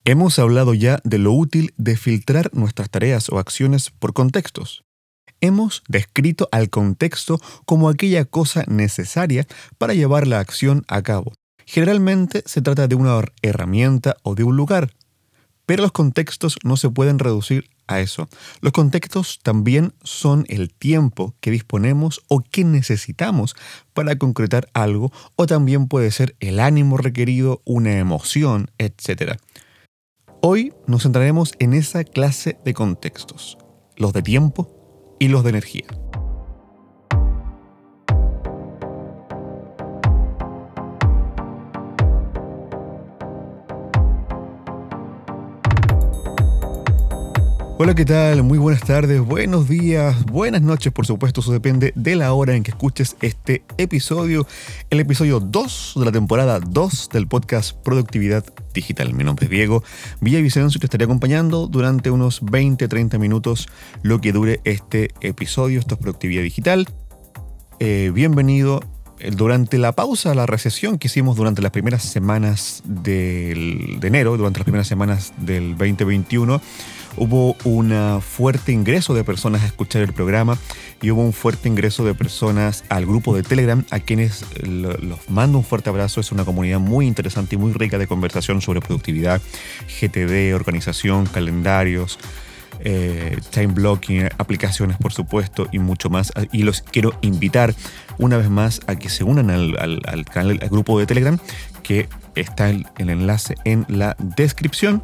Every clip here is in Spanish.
Hemos hablado ya de lo útil de filtrar nuestras tareas o acciones por contextos. Hemos descrito al contexto como aquella cosa necesaria para llevar la acción a cabo. Generalmente se trata de una herramienta o de un lugar, pero los contextos no se pueden reducir a eso. Los contextos también son el tiempo que disponemos o que necesitamos para concretar algo, o también puede ser el ánimo requerido, una emoción, etc. Hoy nos centraremos en esa clase de contextos, los de tiempo y los de energía. Hola, ¿qué tal? Muy buenas tardes, buenos días, buenas noches, por supuesto, eso depende de la hora en que escuches este episodio, el episodio 2 de la temporada 2 del podcast Productividad Digital. Mi nombre es Diego Villavicencio y te estaré acompañando durante unos 20-30 minutos lo que dure este episodio. Esto es Productividad Digital. Bienvenido. Durante la pausa, la recesión que hicimos durante las primeras semanas de enero, durante las primeras semanas del 2021, hubo un fuerte ingreso de personas a escuchar el programa y hubo un fuerte ingreso de personas al grupo de Telegram, a quienes los mando un fuerte abrazo. Es una comunidad muy interesante y muy rica de conversación sobre productividad, GTD, organización, calendarios, time blocking, aplicaciones por supuesto y mucho más. Y los quiero invitar una vez más a que se unan al canal, al grupo de Telegram, que está el enlace en la descripción.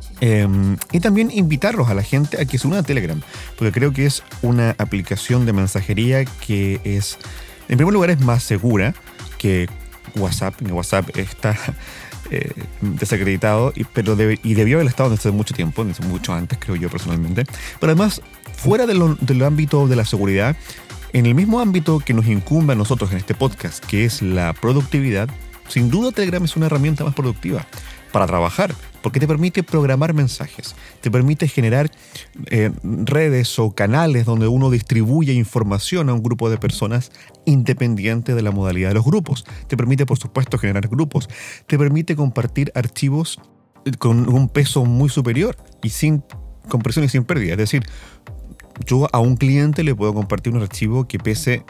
Y también invitarlos a la gente a que se una a Telegram, porque creo que es una aplicación de mensajería que es, en primer lugar, es más segura que WhatsApp. WhatsApp está desacreditado, pero debió haber estado desde mucho tiempo, desde mucho antes, creo yo personalmente. Pero además, fuera del ámbito de la seguridad, en el mismo ámbito que nos incumbe a nosotros en este podcast, que es la productividad, sin duda Telegram es una herramienta más productiva para trabajar, porque te permite programar mensajes, te permite generar redes o canales donde uno distribuye información a un grupo de personas independiente de la modalidad de los grupos. Te permite, por supuesto, generar grupos. Te permite compartir archivos con un peso muy superior y sin compresión y sin pérdida. Es decir, yo a un cliente le puedo compartir un archivo que pese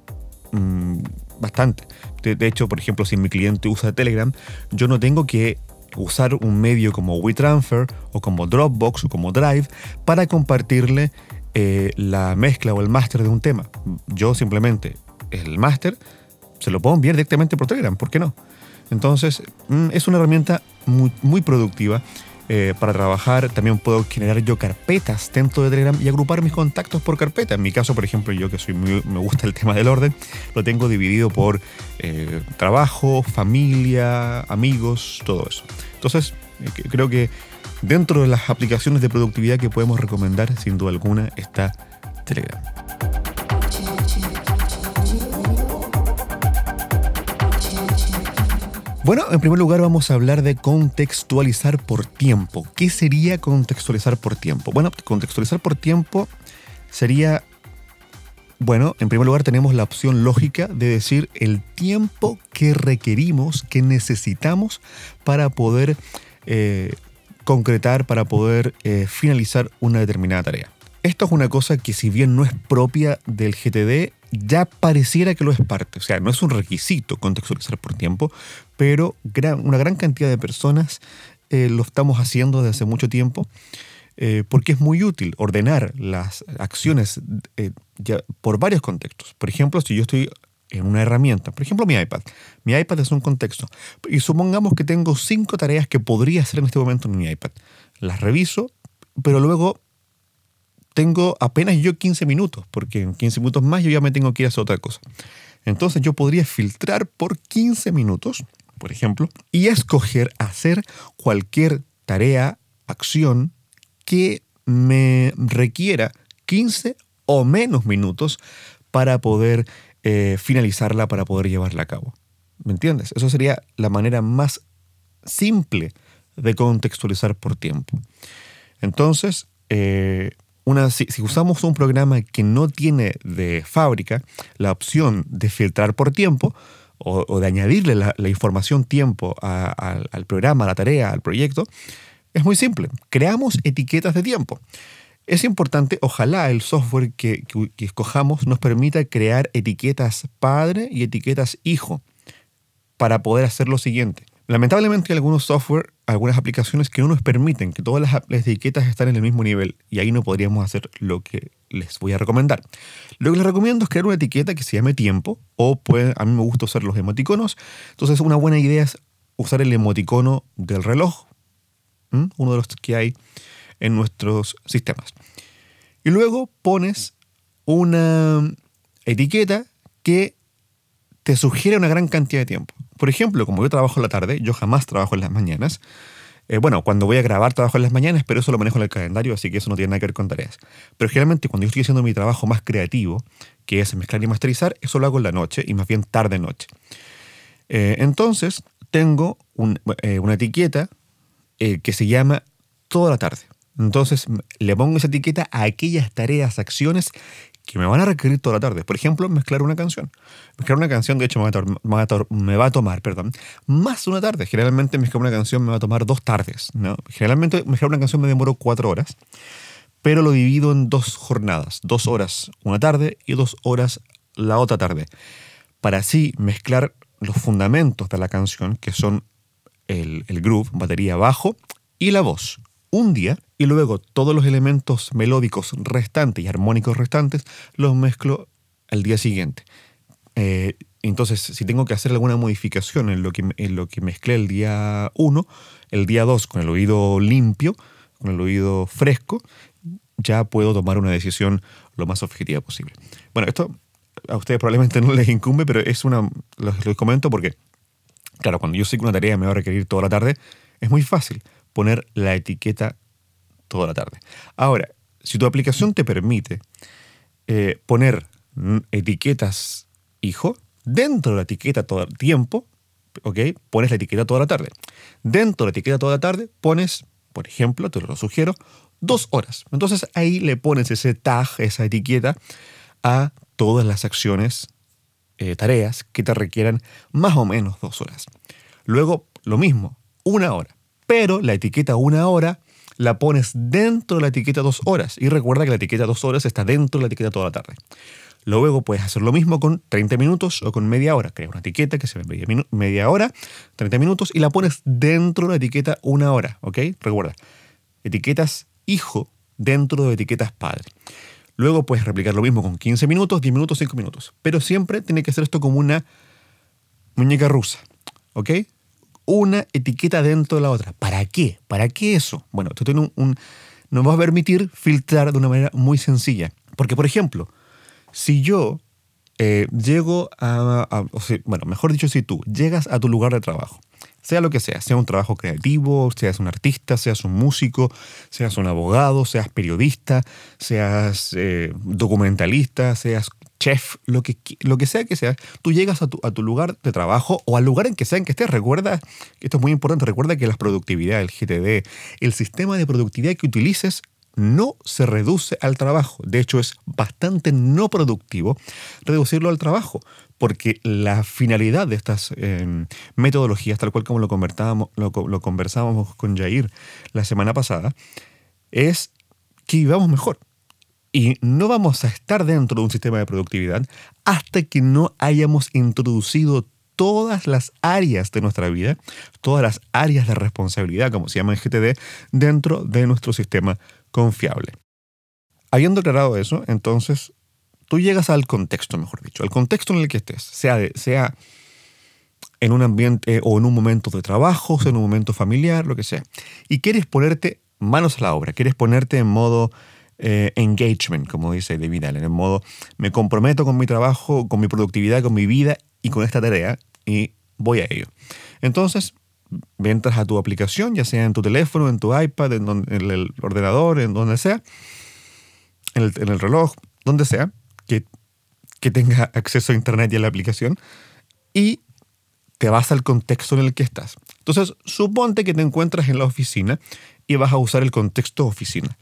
bastante. De hecho, por ejemplo, si mi cliente usa Telegram, yo no tengo que usar un medio como WeTransfer o como Dropbox o como Drive para compartirle la mezcla o el máster de un tema. Yo simplemente el máster se lo puedo enviar directamente por Telegram, ¿por qué no? Entonces es una herramienta muy, muy productiva para trabajar. También puedo generar yo carpetas dentro de Telegram y agrupar mis contactos por carpeta. En mi caso, por ejemplo, yo que me gusta el tema del orden, lo tengo dividido por trabajo, familia, amigos, todo eso. Entonces, creo que dentro de las aplicaciones de productividad que podemos recomendar, sin duda alguna, está Telegram. Bueno, en primer lugar vamos a hablar de contextualizar por tiempo. ¿Qué sería contextualizar por tiempo? Bueno, contextualizar por tiempo sería, bueno, en primer lugar tenemos la opción lógica de decir el tiempo que requerimos, que necesitamos para poder concretar, para poder finalizar una determinada tarea. Esto es una cosa que, si bien no es propia del GTD, ya pareciera que lo es parte. O sea, no es un requisito contextualizar por tiempo, pero una gran cantidad de personas lo estamos haciendo desde hace mucho tiempo, porque es muy útil ordenar las acciones por varios contextos. Por ejemplo, si yo estoy en una herramienta, por ejemplo mi iPad. Mi iPad es un contexto. Y supongamos que tengo 5 tareas que podría hacer en este momento en mi iPad. Las reviso, pero luego tengo apenas yo 15 minutos, porque en 15 minutos más yo ya me tengo que ir a hacer otra cosa. Entonces yo podría filtrar por 15 minutos, por ejemplo, y escoger hacer cualquier tarea, acción que me requiera 15 o menos minutos para poder finalizarla, para poder llevarla a cabo. ¿Me entiendes? Eso sería la manera más simple de contextualizar por tiempo. Entonces, si usamos un programa que no tiene de fábrica la opción de filtrar por tiempo o de añadirle la información tiempo al programa, a la tarea, al proyecto, Es muy simple. Creamos etiquetas de tiempo. Es importante, ojalá el software que escojamos nos permita crear etiquetas padre y etiquetas hijo para poder hacer lo siguiente. Lamentablemente hay algunos software, algunas aplicaciones que no nos permiten que todas las etiquetas estén en el mismo nivel y ahí no podríamos hacer lo que les voy a recomendar. Lo que les recomiendo es crear una etiqueta que se llame tiempo o a mí me gusta usar los emoticonos. Entonces una buena idea es usar el emoticono del reloj, uno de los que hay en nuestros sistemas. Y luego pones una etiqueta que te sugiere una gran cantidad de tiempo. Por ejemplo, como yo trabajo en la tarde, yo jamás trabajo en las mañanas. Cuando voy a grabar trabajo en las mañanas, pero eso lo manejo en el calendario, así que eso no tiene nada que ver con tareas. Pero generalmente cuando yo estoy haciendo mi trabajo más creativo, que es mezclar y masterizar, eso lo hago en la noche y más bien tarde-noche. Entonces, tengo una etiqueta que se llama toda la tarde. Entonces, le pongo esa etiqueta a aquellas tareas, acciones que me van a requerir toda la tarde. Por ejemplo, mezclar una canción. Mezclar una canción, de hecho, me va a tomar más de una tarde. Generalmente, mezclar una canción me va a tomar 2 tardes, ¿no? Generalmente, mezclar una canción me demoro 4 horas, pero lo divido en 2 jornadas. 2 horas una tarde y 2 horas la otra tarde. Para así mezclar los fundamentos de la canción, que son el groove, batería, bajo y la voz, un día, y luego todos los elementos melódicos restantes y armónicos restantes los mezclo al día siguiente. Entonces, si tengo que hacer alguna modificación en lo que mezclé el día 1, el día 2 con el oído limpio, con el oído fresco, ya puedo tomar una decisión lo más objetiva posible. Bueno, esto a ustedes probablemente no les incumbe, pero les comento porque, claro, cuando yo sé que una tarea me va a requerir toda la tarde, es muy fácil poner la etiqueta toda la tarde. Ahora, si tu aplicación te permite poner etiquetas hijo, dentro de la etiqueta todo el tiempo, ¿ok? Pones la etiqueta toda la tarde. Dentro de la etiqueta toda la tarde pones, por ejemplo, te lo sugiero, 2 horas. Entonces ahí le pones ese tag, esa etiqueta, a todas las acciones, tareas que te requieran más o menos 2 horas. Luego, lo mismo, 1 hora. Pero la etiqueta 1 hora la pones dentro de la etiqueta 2 horas. Y recuerda que la etiqueta 2 horas está dentro de la etiqueta toda la tarde. Luego puedes hacer lo mismo con 30 minutos o con media hora. Crea una etiqueta que se ve media hora, 30 minutos, y la pones dentro de la etiqueta 1 hora. ¿Ok? Recuerda, etiquetas hijo dentro de etiquetas padre. Luego puedes replicar lo mismo con 15 minutos, 10 minutos, 5 minutos. Pero siempre tiene que hacer esto como una muñeca rusa. ¿Ok? Una etiqueta dentro de la otra. ¿Para qué? ¿Para qué eso? Bueno, esto nos va a permitir filtrar de una manera muy sencilla. Porque, por ejemplo, si yo llego mejor dicho, si tú llegas a tu lugar de trabajo, sea lo que sea un trabajo creativo, seas un artista, seas un músico, seas un abogado, seas periodista, seas documentalista, seas chef, lo que sea que seas, tú llegas a tu lugar de trabajo o al lugar en que sea en que estés. Recuerda, esto es muy importante, recuerda que la productividad, el GTD, el sistema de productividad que utilices no se reduce al trabajo. De hecho, es bastante no productivo reducirlo al trabajo, porque la finalidad de estas metodologías, tal cual como lo conversábamos con Jair la semana pasada, es que vivamos mejor. Y no vamos a estar dentro de un sistema de productividad hasta que no hayamos introducido todas las áreas de nuestra vida, todas las áreas de responsabilidad, como se llama en GTD, dentro de nuestro sistema confiable. Habiendo aclarado eso, entonces, tú llegas al contexto, mejor dicho, al contexto en el que estés, sea en un ambiente o en un momento de trabajo, sea en un momento familiar, lo que sea, y quieres ponerte manos a la obra, quieres ponerte en modo engagement, como dice David Allen, en modo me comprometo con mi trabajo, con mi productividad, con mi vida y con esta tarea y voy a ello. Entonces, entras a tu aplicación, ya sea en tu teléfono, en tu iPad, en el ordenador, en donde sea, en el reloj, donde sea, que tenga acceso a internet y a la aplicación, y te vas al contexto en el que estás. Entonces, suponte que te encuentras en la oficina y vas a usar el contexto oficina.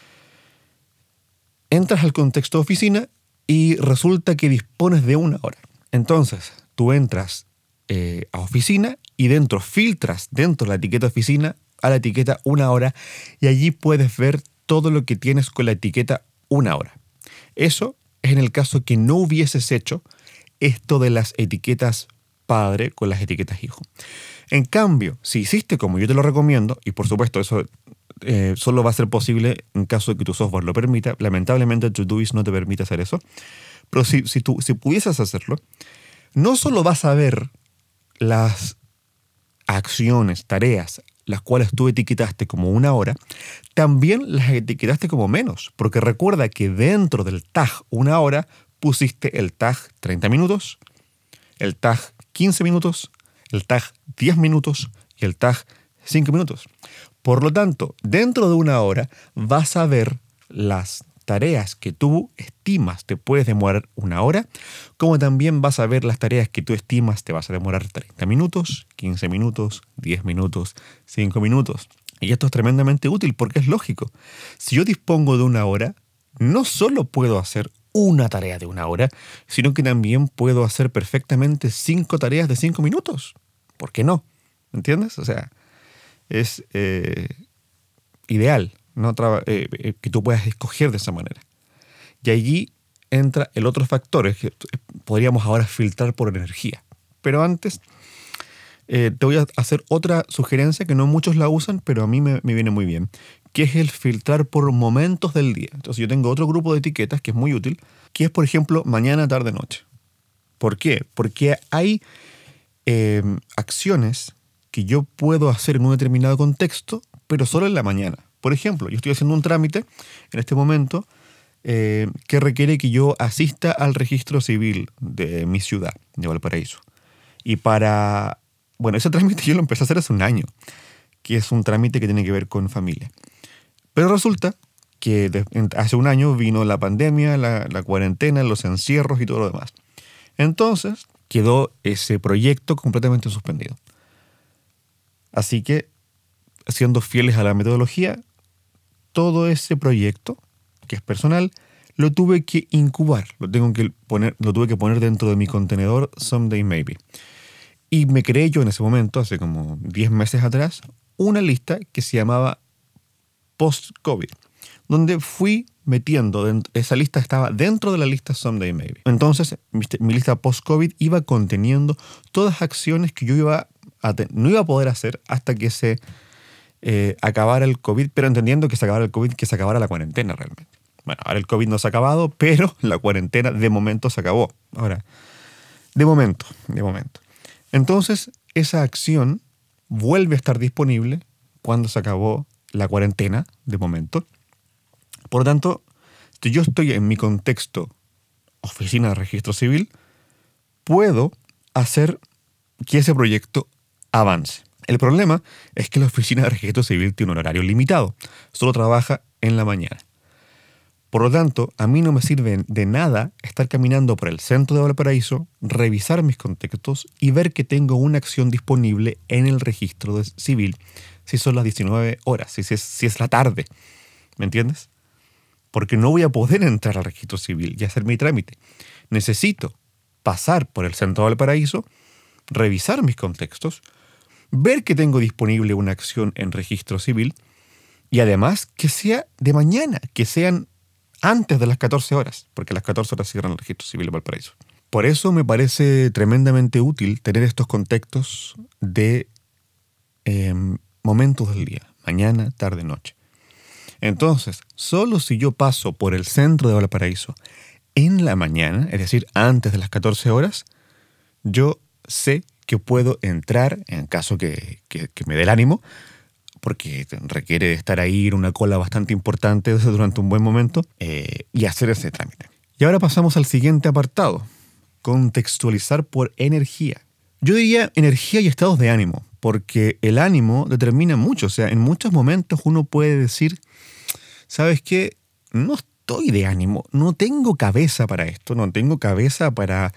Entras al contexto oficina y resulta que dispones de 1 hora. Entonces, tú entras a oficina y filtras dentro de la etiqueta oficina a la etiqueta 1 hora y allí puedes ver todo lo que tienes con la etiqueta 1 hora. Eso es en el caso que no hubieses hecho esto de las etiquetas padre con las etiquetas hijo. En cambio, si hiciste como yo te lo recomiendo, y por supuesto eso solo va a ser posible en caso de que tu software lo permita, lamentablemente Todoist no te permite hacer eso, pero si pudieses hacerlo, no solo vas a ver las acciones, tareas, las cuales tú etiquetaste como 1 hora, también las etiquetaste como menos, porque recuerda que dentro del tag 1 hora pusiste el tag 30 minutos, el tag 15 minutos, el tag 10 minutos y el tag 5 minutos. Por lo tanto, dentro de 1 hora vas a ver las tareas que tú estimas te puedes demorar 1 hora, como también vas a ver las tareas que tú estimas te vas a demorar 30 minutos, 15 minutos, 10 minutos, 5 minutos. Y esto es tremendamente útil porque es lógico. Si yo dispongo de 1 hora, no solo puedo hacer una tarea de 1 hora, sino que también puedo hacer perfectamente 5 tareas de 5 minutos. ¿Por qué no? ¿Me entiendes? O sea, es ideal, ¿no? Que tú puedas escoger de esa manera. Y allí entra el otro factor, que podríamos ahora filtrar por energía. Pero antes, te voy a hacer otra sugerencia que no muchos la usan, pero a mí me viene muy bien, que es el filtrar por momentos del día. Entonces yo tengo otro grupo de etiquetas que es muy útil, que es, por ejemplo, mañana, tarde, noche. ¿Por qué? Porque hay acciones que yo puedo hacer en un determinado contexto, pero solo en la mañana. Por ejemplo, yo estoy haciendo un trámite en este momento que requiere que yo asista al registro civil de mi ciudad, de Valparaíso. Y bueno, ese trámite yo lo empecé a hacer hace un año, que es un trámite que tiene que ver con familia. Pero resulta que hace un año vino la pandemia, la cuarentena, los encierros y todo lo demás. Entonces quedó ese proyecto completamente suspendido. Así que, siendo fieles a la metodología, todo ese proyecto, que es personal, lo tuve que incubar, lo tuve que poner dentro de mi contenedor Someday Maybe. Y me creé yo en ese momento, hace como 10 meses atrás, una lista que se llamaba Post-COVID, donde fui metiendo, esa lista estaba dentro de la lista Someday Maybe. Entonces, mi lista Post-COVID iba conteniendo todas las acciones que yo no iba a poder hacer hasta que se acabara el COVID, pero entendiendo que se acabara el COVID, que se acabara la cuarentena realmente. Bueno, ahora el COVID no se ha acabado, pero la cuarentena de momento se acabó. Ahora, de momento. Entonces, esa acción vuelve a estar disponible cuando se acabó la cuarentena, de momento. Por lo tanto, si yo estoy en mi contexto oficina de registro civil, puedo hacer que ese proyecto avance. El problema es que la oficina de registro civil tiene un horario limitado. Solo trabaja en la mañana. Por lo tanto, a mí no me sirve de nada estar caminando por el centro de Valparaíso, revisar mis contextos y ver que tengo una acción disponible en el registro civil si son las 19 horas, si es la tarde. ¿Me entiendes? Porque no voy a poder entrar al registro civil y hacer mi trámite. Necesito pasar por el centro de Valparaíso, revisar mis contextos, ver que tengo disponible una acción en registro civil y además que sea de mañana, que sean antes de las 14 horas, porque a las 14 horas cierran el registro civil de Valparaíso. Por eso me parece tremendamente útil tener estos contextos de momentos del día, mañana, tarde, noche. Entonces, solo si yo paso por el centro de Valparaíso en la mañana, es decir, antes de las 14 horas, yo sé que puedo entrar, en caso que me dé el ánimo, porque requiere estar ahí en una cola bastante importante durante un buen momento, y hacer ese trámite. Y ahora pasamos al siguiente apartado, contextualizar por energía. Yo diría energía y estados de ánimo, porque el ánimo determina mucho. O sea, en muchos momentos uno puede decir, ¿sabes qué? No estoy de ánimo, no tengo cabeza para esto, no tengo cabeza para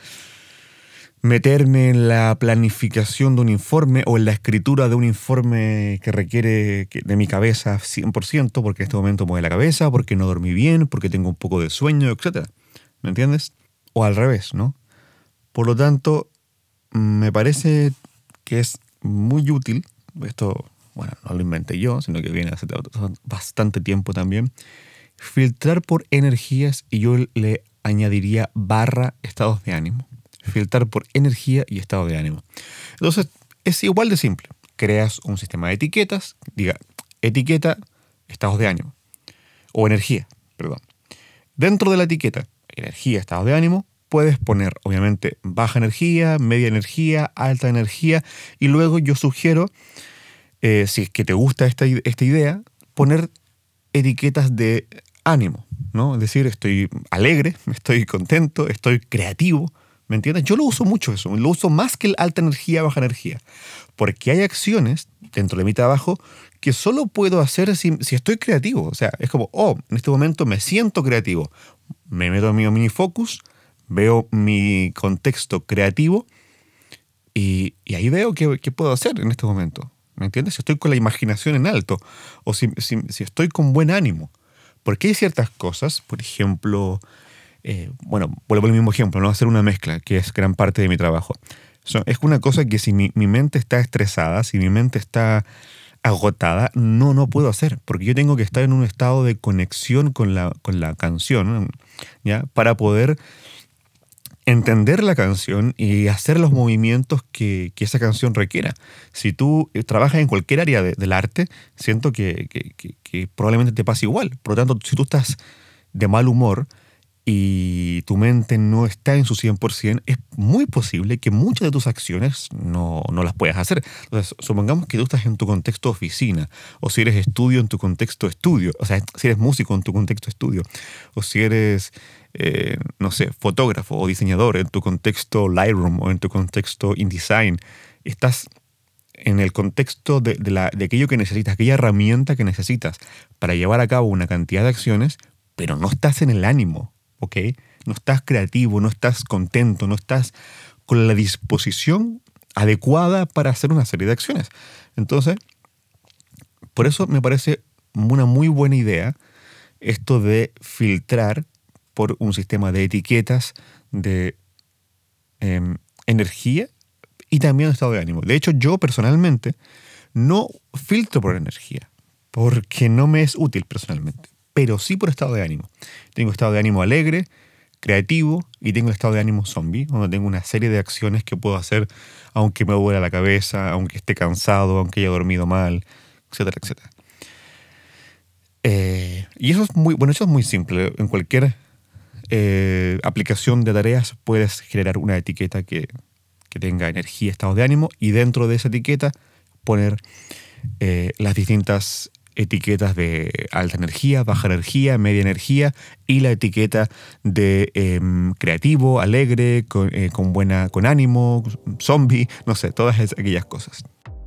meterme en la planificación de un informe o en la escritura de un informe que requiere de mi cabeza 100%, porque en este momento me mueve la cabeza, porque no dormí bien, porque tengo un poco de sueño, etc. ¿Me entiendes? O al revés, ¿no? Por lo tanto, me parece que es muy útil, esto bueno, no lo inventé yo, sino que viene hace bastante tiempo también, filtrar por energías, y yo le añadiría / estados de ánimo. Filtrar por energía y estado de ánimo. Entonces, es igual de simple. Creas un sistema de etiquetas, diga etiqueta, estados de ánimo, o energía, perdón. Dentro de la etiqueta, energía, estado de ánimo, puedes poner, obviamente, baja energía, media energía, alta energía, y luego yo sugiero, si es que te gusta esta idea, poner etiquetas de ánimo, ¿no? Es decir, estoy alegre, estoy contento, estoy creativo, ¿me entiendes? Yo lo uso mucho eso, lo uso más que el alta energía, baja energía, porque hay acciones dentro de mi trabajo que solo puedo hacer si estoy creativo. O sea, es como, en este momento me siento creativo. Me meto en mi OmniFocus, veo mi contexto creativo y ahí veo qué puedo hacer en este momento. ¿Me entiendes? Si estoy con la imaginación en alto o si estoy con buen ánimo. Porque hay ciertas cosas, por ejemplo, vuelvo al mismo ejemplo, no hacer una mezcla, que es gran parte de mi trabajo. Es una cosa que si mi mente está estresada, si mi mente está agotada, no puedo hacer, porque yo tengo que estar en un estado de conexión con la canción, ¿ya? Para poder entender la canción y hacer los movimientos que esa canción requiera. Si tú trabajas en cualquier área del arte, siento que probablemente te pase igual. Por lo tanto, si tú estás de mal humor y tu mente no está en su 100%, es muy posible que muchas de tus acciones no las puedas hacer. Entonces, supongamos que tú estás en tu contexto oficina, o si eres estudio en tu contexto estudio, o sea, si eres músico en tu contexto estudio, o si eres, fotógrafo o diseñador en tu contexto Lightroom o en tu contexto InDesign, estás en el contexto de aquello que necesitas, aquella herramienta que necesitas para llevar a cabo una cantidad de acciones, pero no estás en el ánimo. ¿Ok? No estás creativo, no estás contento, no estás con la disposición adecuada para hacer una serie de acciones. Entonces, por eso me parece una muy buena idea esto de filtrar por un sistema de etiquetas de energía y también estado de ánimo. De hecho, yo personalmente no filtro por energía, porque no me es útil personalmente, pero sí por estado de ánimo. Tengo estado de ánimo alegre, creativo, y tengo estado de ánimo zombie, donde tengo una serie de acciones que puedo hacer aunque me duela la cabeza, aunque esté cansado, aunque haya dormido mal, etcétera, etcétera. Y eso es muy simple. En cualquier aplicación de tareas puedes generar una etiqueta que tenga energía, estado de ánimo, y dentro de esa etiqueta poner las distintas etiquetas de alta energía, baja energía, media energía, y la etiqueta de creativo, alegre, con ánimo, zombie, no sé, todas aquellas cosas.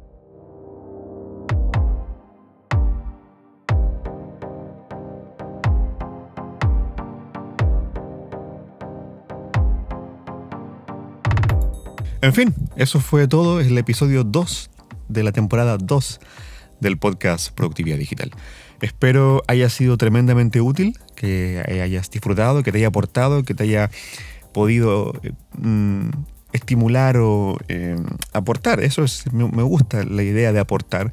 En fin, eso fue todo. Es el episodio 2 de la temporada 2 del podcast Productividad Digital. Espero haya sido tremendamente útil, que hayas disfrutado, que te haya aportado, que te haya podido estimular o aportar. Eso es, me gusta la idea de aportar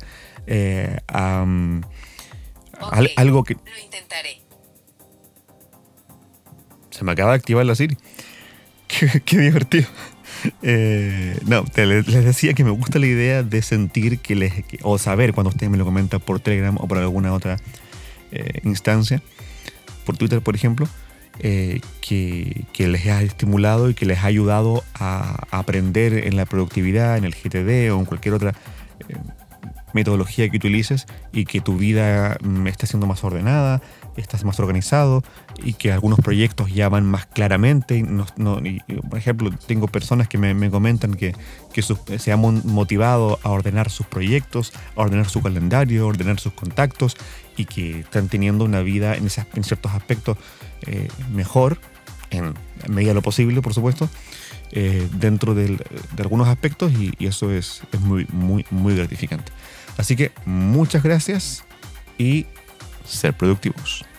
algo que... Lo intentaré. Se me acaba de activar la Siri. Qué divertido. Les decía que me gusta la idea de sentir o saber cuando ustedes me lo comentan por Telegram o por alguna otra instancia, por Twitter por ejemplo, que les ha estimulado y que les ha ayudado a aprender en la productividad, en el GTD o en cualquier otra metodología que utilices, y que tu vida esté siendo más ordenada, estás más organizado, y que algunos proyectos ya van más claramente. Por ejemplo, tengo personas que me comentan que se han motivado a ordenar sus proyectos, a ordenar su calendario, a ordenar sus contactos, y que están teniendo una vida en ciertos aspectos mejor, en medida de lo posible, por supuesto, dentro de algunos aspectos, y eso es muy, muy, muy gratificante. Así que muchas gracias y ser productivos.